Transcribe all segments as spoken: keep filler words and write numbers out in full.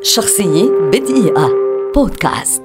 شخصية بدقيقة بودكاست.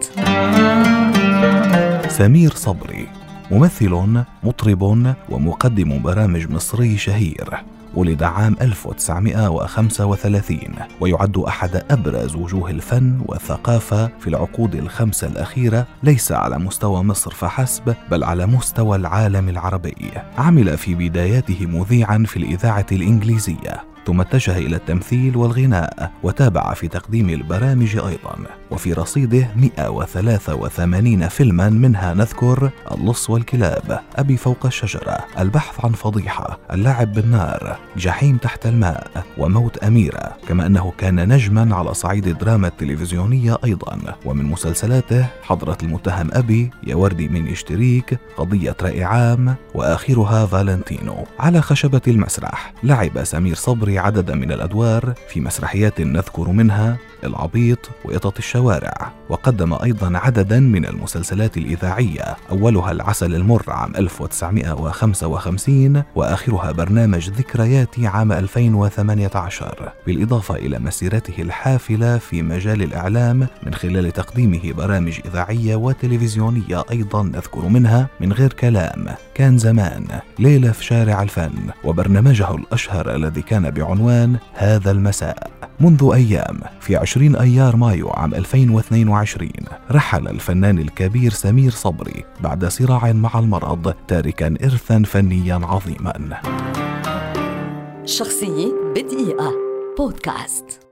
سمير صبري ممثل، مطرب ومقدم برامج مصري شهير. ولد عام ألف وتسعمائة وخمسة وثلاثين ويعد أحد أبرز وجوه الفن والثقافة في العقود الخمسة الأخيرة، ليس على مستوى مصر فحسب بل على مستوى العالم العربي. عمل في بداياته مذيعا في الإذاعة الإنجليزية، ثم اتجه إلى التمثيل والغناء وتابع في تقديم البرامج أيضا، وفي رصيده مئة وثلاثة وثمانين فيلما، منها نذكر اللص والكلاب، أبي فوق الشجرة، البحث عن فضيحة، اللاعب بالنار، جحيم تحت الماء، وموت أميرة. كما أنه كان نجما على صعيد الدراما التلفزيونية أيضا، ومن مسلسلاته حضرة المتهم أبي، يا وردي من اشتريك، قضية رأي عام، وآخرها فالنتينو. على خشبة المسرح لعب سمير صبري عددا من الأدوار في مسرحيات نذكر منها العبيط وقطط الشوارع، وقدم أيضا عددا من المسلسلات الإذاعية، أولها العسل المر عام ألف وتسعمائة وخمسة وخمسين، وآخرها برنامج ذكرياتي عام ألفين وثمانية عشر، بالإضافة إلى مسيرته الحافلة في مجال الإعلام من خلال تقديمه برامج إذاعية وتلفزيونية أيضا نذكر منها من غير كلام، كان زمان، ليلة في شارع الفن، وبرنامجه الأشهر الذي كان بعنوان هذا المساء. منذ أيام في عشرين أيار مايو عام ألفين واثنين وعشرين رحل الفنان الكبير سمير صبري بعد صراع مع المرض، تاركا إرثا فنيا عظيما. شخصية بدقيقة بودكاست.